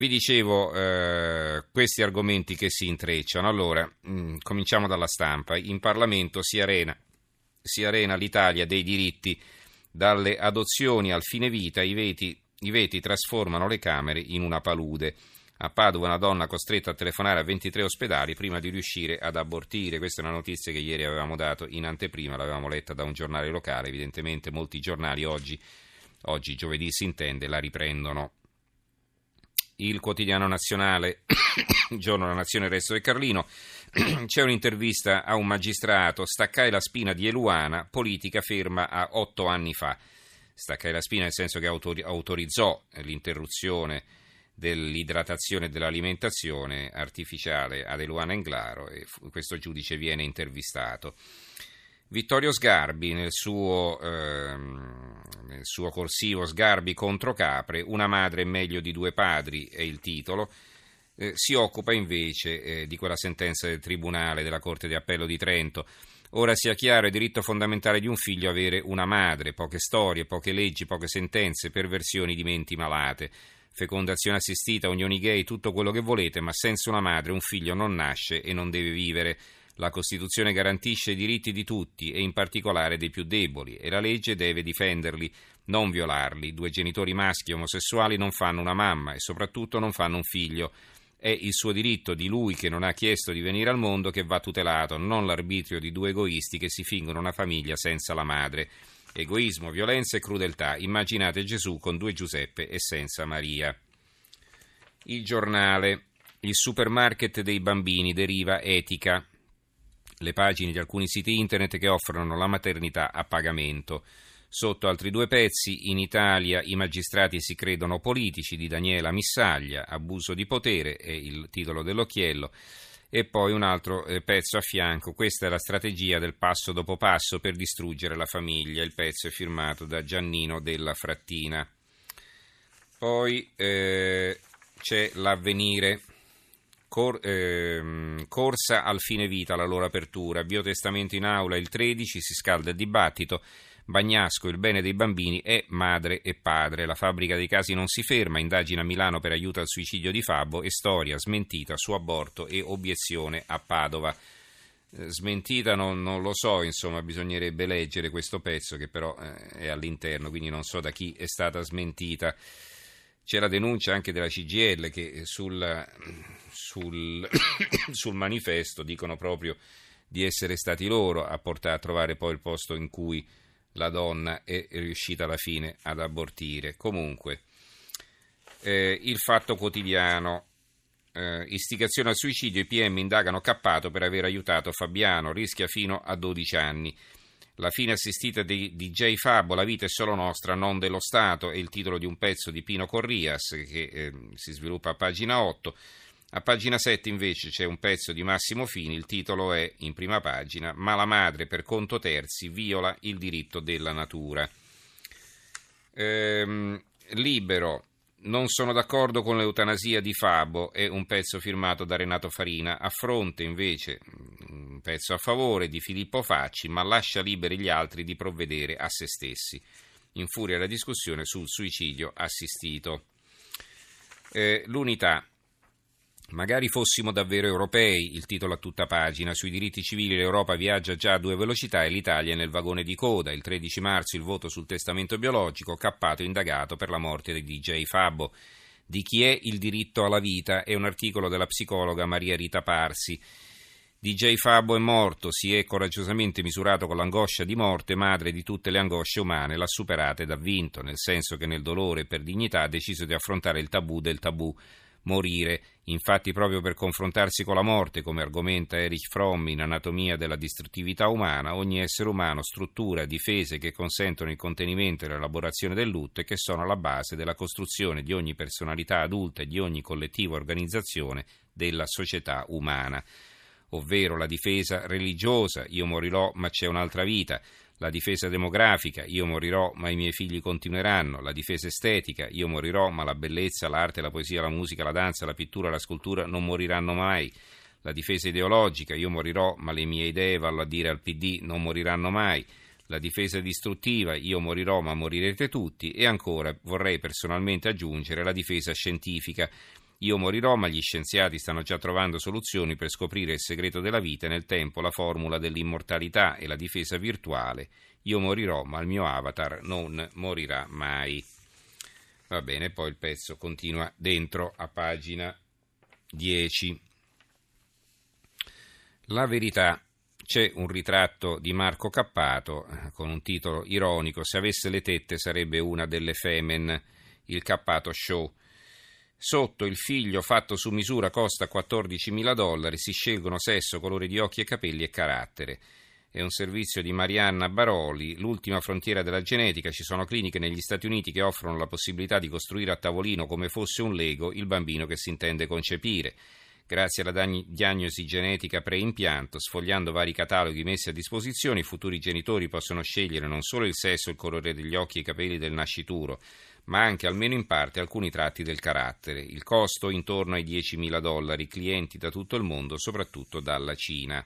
Vi dicevo questi argomenti che si intrecciano. Allora, cominciamo dalla stampa. In Parlamento si arena l'Italia dei diritti, dalle adozioni al fine vita, i veti trasformano le Camere in una palude. A Padova una donna costretta a telefonare a 23 ospedali prima di riuscire ad abortire. Questa è una notizia che ieri avevamo dato in anteprima, l'avevamo letta da un giornale locale. Evidentemente molti giornali oggi giovedì si intende, la riprendono. Il Quotidiano Nazionale, Giorno della Nazione, il Resto del Carlino, c'è un'intervista a un magistrato, staccai la spina di Eluana, politica ferma a 8 anni fa. Staccai la spina nel senso che autorizzò l'interruzione dell'idratazione e dell'alimentazione artificiale ad Eluana Englaro, e questo giudice viene intervistato. Vittorio Sgarbi, nel suo corsivo Sgarbi contro Capre, una madre è meglio di due padri è il titolo, si occupa invece di quella sentenza del Tribunale della Corte di Appello di Trento. Ora sia chiaro, è diritto fondamentale di un figlio avere una madre, poche storie, poche leggi, poche sentenze, perversioni di menti malate, fecondazione assistita, unioni gay, tutto quello che volete, ma senza una madre un figlio non nasce e non deve vivere. La Costituzione garantisce i diritti di tutti e in particolare dei più deboli e la legge deve difenderli, non violarli. Due genitori maschi omosessuali non fanno una mamma e soprattutto non fanno un figlio. È il suo diritto di lui che non ha chiesto di venire al mondo che va tutelato, non l'arbitrio di due egoisti che si fingono una famiglia senza la madre. Egoismo, violenza e crudeltà. Immaginate Gesù con due Giuseppe e senza Maria. Il Giornale. Il supermarket dei bambini, deriva etica. Le pagine di alcuni siti internet che offrono la maternità a pagamento. Sotto altri due pezzi, in Italia i magistrati si credono politici, di Daniela Missaglia, abuso di potere è il titolo dell'occhiello, e poi un altro pezzo a fianco, questa è la strategia del passo dopo passo per distruggere la famiglia, il pezzo è firmato da Giannino Della Frattina. Poi c'è l'Avvenire. Corsa al fine vita, la loro apertura, biotestamento in aula il 13, si scalda il dibattito. Bagnasco, il bene dei bambini è madre e padre, la fabbrica dei casi non si ferma, indagine a Milano per aiuto al suicidio di Fabbo e storia smentita su aborto e obiezione a Padova. Smentita non lo so, insomma bisognerebbe leggere questo pezzo che però è all'interno, quindi non so da chi è stata smentita. C'è la denuncia anche della CGIL che sul manifesto dicono proprio di essere stati loro a portare a trovare poi il posto in cui la donna è riuscita alla fine ad abortire. Comunque, il Fatto Quotidiano, istigazione al suicidio, i PM indagano Cappato per aver aiutato Fabiano, rischia fino a 12 anni. La fine assistita di DJ Fabbo, la vita è solo nostra, non dello Stato, è il titolo di un pezzo di Pino Corrias che si sviluppa a pagina 8. A pagina 7 invece c'è un pezzo di Massimo Fini, il titolo è in prima pagina, ma la madre per conto terzi viola il diritto della natura. Libero, non sono d'accordo con l'eutanasia di Fabbo, è un pezzo firmato da Renato Farina. A Fronte invece un pezzo a favore di Filippo Facci, ma lascia liberi gli altri di provvedere a se stessi. Infuria la discussione sul suicidio assistito. L'Unità. Magari fossimo davvero europei, il titolo a tutta pagina. Sui diritti civili l'Europa viaggia già a 2 velocità e l'Italia è nel vagone di coda. Il 13 marzo il voto sul testamento biologico, Cappato indagato per la morte di DJ Fabbo. Di chi è il diritto alla vita? È un articolo della psicologa Maria Rita Parsi. DJ Fabbo è morto, si è coraggiosamente misurato con l'angoscia di morte, madre di tutte le angosce umane, l'ha superata ed ha vinto, nel senso che nel dolore e per dignità ha deciso di affrontare il tabù del tabù. Morire, infatti proprio per confrontarsi con la morte, come argomenta Erich Fromm in Anatomia della distruttività umana, ogni essere umano struttura difese che consentono il contenimento e l'elaborazione del lutto e che sono alla base della costruzione di ogni personalità adulta e di ogni collettiva organizzazione della società umana. Ovvero la difesa religiosa, io morirò ma c'è un'altra vita, la difesa demografica, io morirò ma i miei figli continueranno, la difesa estetica, io morirò ma la bellezza, l'arte, la poesia, la musica, la danza, la pittura, la scultura non moriranno mai, la difesa ideologica, io morirò ma le mie idee, vallo a dire al PD, non moriranno mai, la difesa distruttiva, io morirò ma morirete tutti, e ancora vorrei personalmente aggiungere la difesa scientifica, Io morirò, ma gli scienziati stanno già trovando soluzioni per scoprire il segreto della vita e nel tempo la formula dell'immortalità e la difesa virtuale. Io morirò, ma il mio avatar non morirà mai. Va bene, poi il pezzo continua dentro a pagina 10. La Verità. C'è un ritratto di Marco Cappato con un titolo ironico: se avesse le tette sarebbe una delle Femen, il Cappato Show. Sotto: il figlio fatto su misura costa $14.000, si scelgono sesso, colore di occhi e capelli e carattere. È un servizio di Marianna Baroli, l'ultima frontiera della genetica. Ci sono cliniche negli Stati Uniti che offrono la possibilità di costruire a tavolino come fosse un Lego il bambino che si intende concepire. Grazie alla diagnosi genetica preimpianto, sfogliando vari cataloghi messi a disposizione, i futuri genitori possono scegliere non solo il sesso, il colore degli occhi e i capelli del nascituro, ma anche, almeno in parte, alcuni tratti del carattere. Il costo intorno ai $10.000, clienti da tutto il mondo, soprattutto dalla Cina.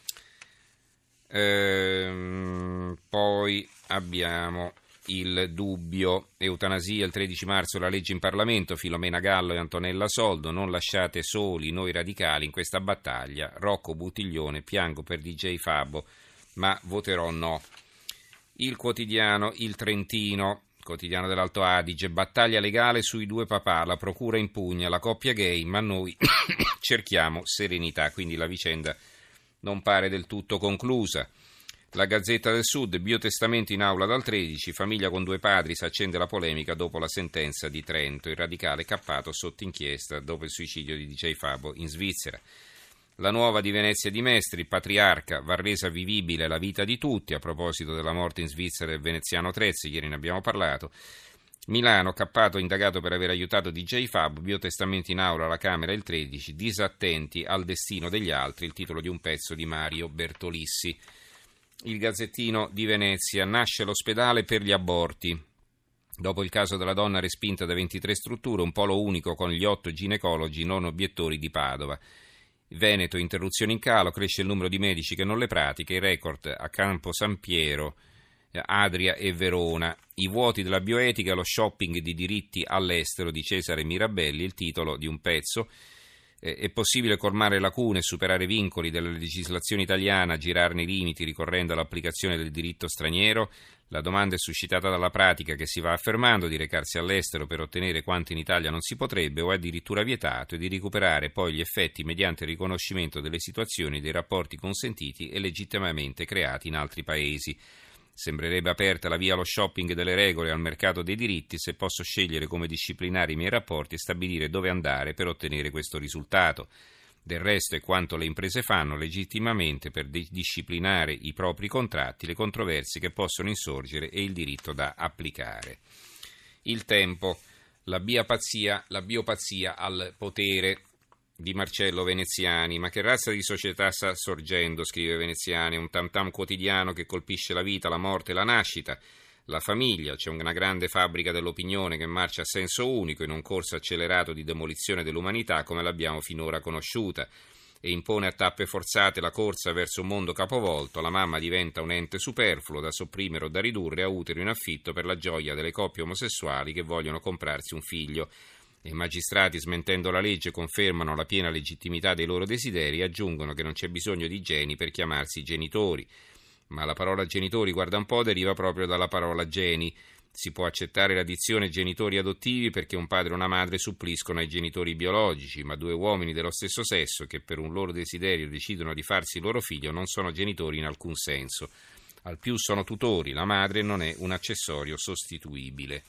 Poi abbiamo il dubbio. Eutanasia, il 13 marzo la legge in Parlamento, Filomena Gallo e Antonella Soldo: non lasciate soli noi radicali in questa battaglia. Rocco Buttiglione: piango per DJ Fabbo, ma voterò no. Il quotidiano Il Trentino, quotidiano dell'Alto Adige: battaglia legale sui due papà, la procura impugna la coppia gay, ma noi cerchiamo serenità. Quindi la vicenda non pare del tutto conclusa. La Gazzetta del Sud: biotestamento in aula dal 13, famiglia con due padri, si accende la polemica dopo la sentenza di Trento, il radicale Cappato sotto inchiesta dopo il suicidio di DJ Fabbo in Svizzera. La Nuova di Venezia di Mestre: il patriarca, va resa vivibile la vita di tutti, a proposito della morte in Svizzera del veneziano Trezzi, ieri ne abbiamo parlato. Milano: Cappato indagato per aver aiutato DJ Fabbo, biotestamento in aula alla Camera il 13, disattenti al destino degli altri, il titolo di un pezzo di Mario Bertolissi. Il Gazzettino di Venezia: nasce l'ospedale per gli aborti. Dopo il caso della donna respinta da 23 strutture, un polo unico con gli 8 ginecologi non obiettori di Padova. Veneto: interruzioni in calo, cresce il numero di medici che non le pratica, il record a Campo San Piero, Adria e Verona. I vuoti della bioetica, lo shopping di diritti all'estero di Cesare Mirabelli, il titolo di un pezzo. È possibile colmare lacune e superare vincoli della legislazione italiana, girarne i limiti ricorrendo all'applicazione del diritto straniero? La domanda è suscitata dalla pratica che si va affermando di recarsi all'estero per ottenere quanto in Italia non si potrebbe o è addirittura vietato, e di recuperare poi gli effetti mediante il riconoscimento delle situazioni dei rapporti consentiti e legittimamente creati in altri paesi. Sembrerebbe aperta la via allo shopping delle regole e al mercato dei diritti se posso scegliere come disciplinare i miei rapporti e stabilire dove andare per ottenere questo risultato. Del resto è quanto le imprese fanno legittimamente per disciplinare i propri contratti, le controversie che possono insorgere e il diritto da applicare. Il Tempo: la biopazia al potere, di Marcello Veneziani. Ma che razza di società sta sorgendo, scrive Veneziani, un tam-tam quotidiano che colpisce la vita, la morte e la nascita, la famiglia. C'è una grande fabbrica dell'opinione che marcia a senso unico in un corso accelerato di demolizione dell'umanità come l'abbiamo finora conosciuta e impone a tappe forzate la corsa verso un mondo capovolto. La mamma diventa un ente superfluo da sopprimere o da ridurre a utero in affitto per la gioia delle coppie omosessuali che vogliono comprarsi un figlio. E i magistrati, smentendo la legge, confermano la piena legittimità dei loro desideri e aggiungono che non c'è bisogno di geni per chiamarsi genitori. Ma la parola genitori, guarda un po', deriva proprio dalla parola geni. Si può accettare la dizione genitori adottivi perché un padre e una madre suppliscono ai genitori biologici, ma due uomini dello stesso sesso che per un loro desiderio decidono di farsi il loro figlio non sono genitori in alcun senso. Al più sono tutori, la madre non è un accessorio sostituibile.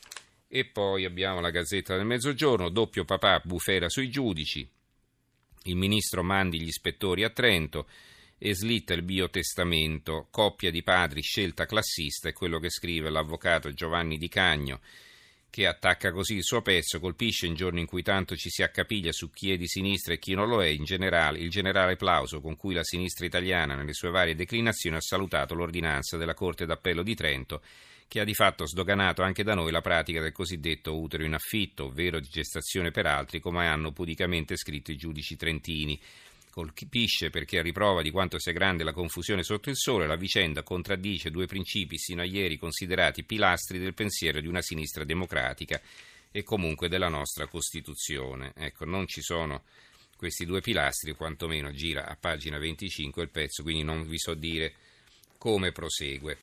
E poi abbiamo la Gazzetta del Mezzogiorno: doppio papà, bufera sui giudici, il ministro mandi gli ispettori a Trento e slitta il biotestamento, coppia di padri, scelta classista, è quello che scrive l'avvocato Giovanni Di Cagno, che attacca così il suo pezzo: colpisce in giorni in cui tanto ci si accapiglia su chi è di sinistra e chi non lo è, in generale, il generale plauso con cui la sinistra italiana nelle sue varie declinazioni ha salutato l'ordinanza della Corte d'Appello di Trento, che ha di fatto sdoganato anche da noi la pratica del cosiddetto utero in affitto, ovvero di gestazione per altri, come hanno pudicamente scritto i giudici trentini. Colpisce perché, a riprova di quanto sia grande la confusione sotto il sole, la vicenda contraddice due principi sino a ieri considerati pilastri del pensiero di una sinistra democratica: e comunque della nostra Costituzione. Ecco, non ci sono questi due pilastri, quantomeno gira a pagina 25 il pezzo, quindi non vi so dire come prosegue.